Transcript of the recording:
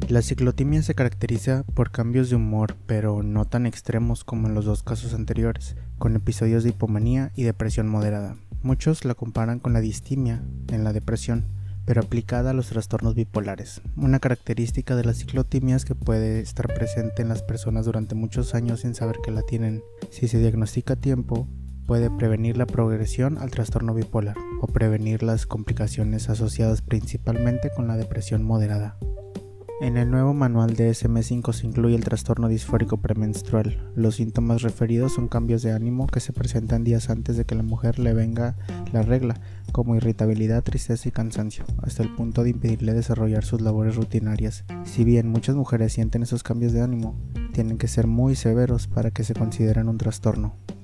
La ciclotimia se caracteriza por cambios de humor, pero no tan extremos como en los dos casos anteriores, con episodios de hipomanía y depresión moderada. Muchos la comparan con la distimia en la depresión, pero aplicada a los trastornos bipolares. Una característica de la ciclotimia es que puede estar presente en las personas durante muchos años sin saber que la tienen. Si se diagnostica a tiempo, puede prevenir la progresión al trastorno bipolar o prevenir las complicaciones asociadas principalmente con la depresión moderada. En el nuevo manual DSM-5 se incluye el trastorno disfórico premenstrual. Los síntomas referidos son cambios de ánimo que se presentan días antes de que la mujer le venga la regla, como irritabilidad, tristeza y cansancio, hasta el punto de impedirle desarrollar sus labores rutinarias. Si bien muchas mujeres sienten esos cambios de ánimo, tienen que ser muy severos para que se consideren un trastorno.